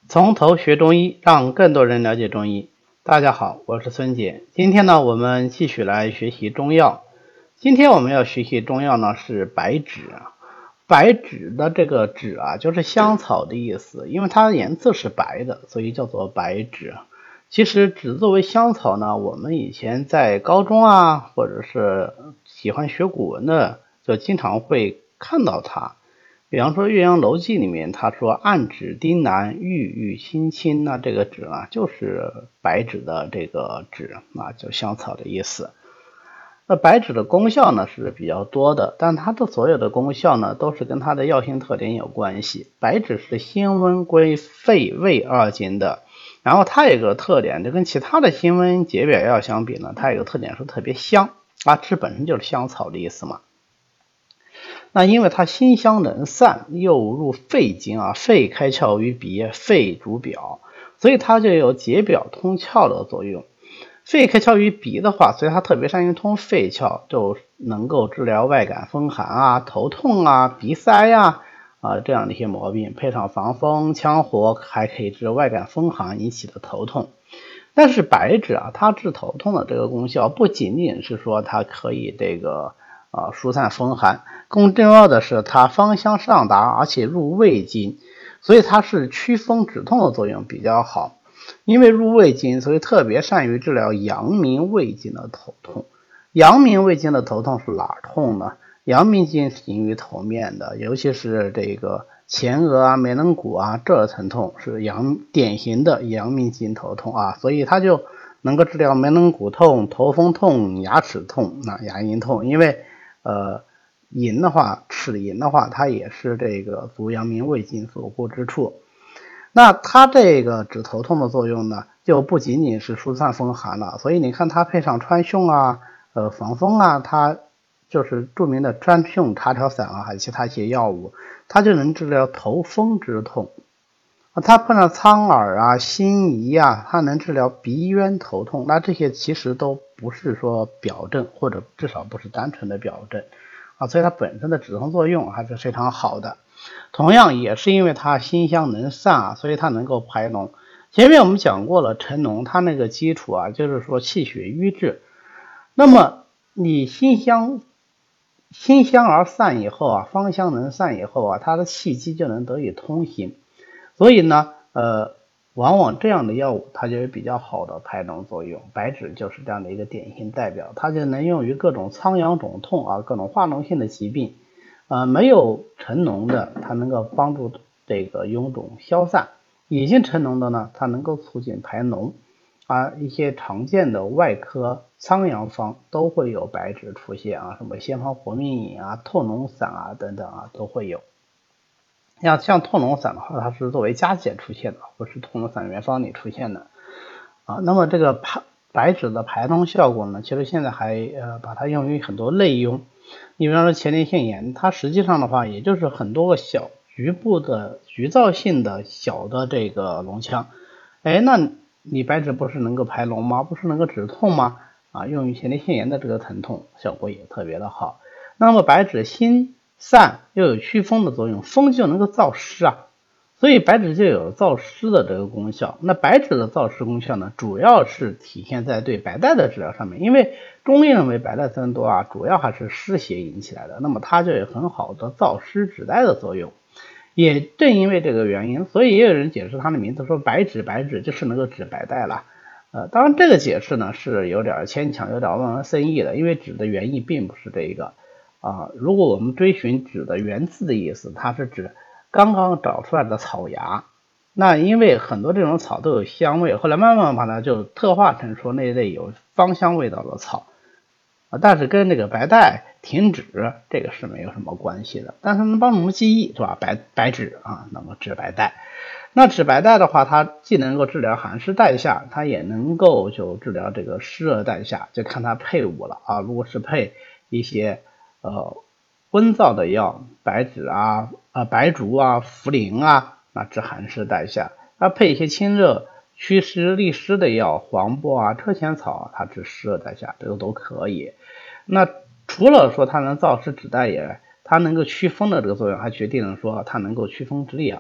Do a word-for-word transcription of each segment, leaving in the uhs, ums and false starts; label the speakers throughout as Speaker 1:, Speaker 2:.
Speaker 1: 从头学中医，让更多人了解中医。大家好，我是孙姐。今天呢，我们继续来学习中药。今天我们要学习中药呢是白芷。白芷的这个芷啊，就是香草的意思，因为它的颜色是白的，所以叫做白芷。其实芷作为香草呢，我们以前在高中啊，或者是喜欢学古文的，就经常会看到它。比方说《岳阳楼记》里面他说按指丁南，郁郁青青，那这个芷啊就是白芷的这个芷啊，就香草的意思。那白芷的功效呢是比较多的，但它的所有的功效呢都是跟它的药性特点有关系。白芷是辛温归肺胃二经的，然后它有一个特点，就跟其他的辛温解表药相比呢，它有个特点是特别香啊，芷本身就是香草的意思嘛。那因为它辛香能散，又入肺经啊，肺开窍于鼻，肺主表，所以它就有解表通窍的作用。肺开窍于鼻的话，所以它特别善于通肺窍，就能够治疗外感风寒啊、头痛啊、鼻塞呀 啊, 啊这样的一些毛病，配上防风羌活，还可以治外感风寒引起的头痛。但是白芷啊，它治头痛的这个功效不仅仅是说它可以这个啊疏散风寒，更重要的是它芳香上达，而且入胃经，所以它是祛风止痛的作用比较好。因为入胃经，所以特别善于治疗阳明胃经的头痛。阳明胃经的头痛是哪儿痛呢？阳明经是营于头面的，尤其是这个前额啊、眉棱骨啊这疼痛是阳典型的阳明经头痛啊，所以它就能够治疗眉棱骨痛、头风痛、牙齿痛、那牙龈痛。因为呃龈的话，齿龈的话，它也是这个足阳明胃经所过之处。那它这个止头痛的作用呢，就不仅仅是疏散风寒了，所以你看它配上川芎啊、呃防风啊，它就是著名的川芎茶条散啊，还有其他一些药物，它就能治疗头风之痛。它配上苍耳啊、辛夷啊，它能治疗鼻渊头痛。那这些其实都不是说表症，或者至少不是单纯的表症啊，所以它本身的止痛作用还是非常好的。同样也是因为它辛香能散啊，所以它能够排脓。前面我们讲过了，陈脓它那个基础啊，就是说气血瘀滞。那么你辛香辛香而散以后啊，芳香能散以后啊，它的气机就能得以通行。所以呢，呃，往往这样的药物它就有比较好的排脓作用。白芷就是这样的一个典型代表，它就能用于各种苍阳肿痛啊，各种化脓性的疾病。呃，没有成脓的，它能够帮助这个臃肿消散；已经成脓的呢，它能够促进排脓。啊，一些常见的外科苍阳方都会有白芷出现啊，什么先方活命饮啊、透脓散啊等等啊都会有。像像透脓散的话，它是作为加减出现的，不是透脓散原方里出现的啊。那么这个排白芷的排脓效果呢，其实现在还呃把它用于很多内痈。你比方说前列腺炎，它实际上的话也就是很多个小局部的局灶性的小的这个脓腔，哎，那你白芷不是能够排脓吗？不是能够止痛吗？啊，用于前列腺炎的这个疼痛效果也特别的好。那么白芷辛散又有祛风的作用，风就能够燥湿啊，所以白芷就有燥湿的这个功效。那白芷的燥湿功效呢，主要是体现在对白带的治疗上面，因为中医认为白带增多啊，主要还是湿邪引起来的，那么它就有很好的燥湿止带的作用。也正因为这个原因，所以也有人解释它的名字说白芷白芷就是能够止白带了。呃，当然这个解释呢是有点牵强，有点望文生义的，因为芷的原意并不是这一个啊。如果我们追寻芷的原字的意思，它是指刚刚长出来的草芽。那因为很多这种草都有香味，后来慢慢把它就特化成说那类有芳香味道的草啊，但是跟这个白带停止这个是没有什么关系的，但是能帮我们记忆是吧？白白芷啊，能够治白带。那治白带的话，它既能够治疗寒湿带下，它也能够就治疗这个湿热带下，就看它配伍了啊。如果是配一些呃温燥的药，白芷啊、呃白术啊、茯苓啊，那治寒湿带下；那配一些清热祛湿利湿的药，黄柏啊、车前草啊，它治湿热带下，这个都可以。那除了说它能燥湿止带也，它能够祛风的这个作用，还决定了说它能够祛风止痒。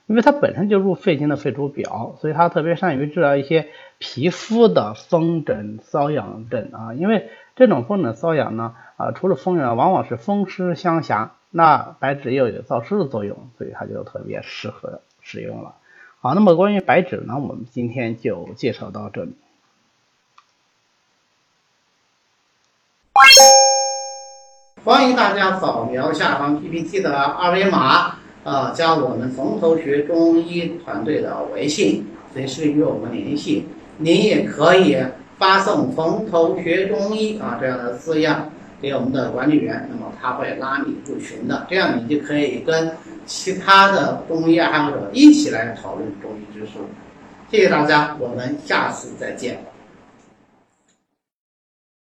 Speaker 1: 因为它本身就入肺经的肺主表，所以它特别善于治疗一些皮肤的风疹、瘙痒症啊。因为这种风疹、瘙痒呢，啊，除了风疹，往往是风湿相挟，那白芷又有燥湿的作用，所以它就特别适合使用了。好，那么关于白芷呢，我们今天就介绍到这里。欢迎大家扫描下方 P P T 的二维码，呃，加我们从头学中医团队的微信，随时与我们联系。您也可以发送“从头学中医”啊这样的字样给我们的管理员，那么他会拉你入群的，这样你就可以跟其他的中医爱好者一起来讨论中医知识。谢谢大家，我们下次再见。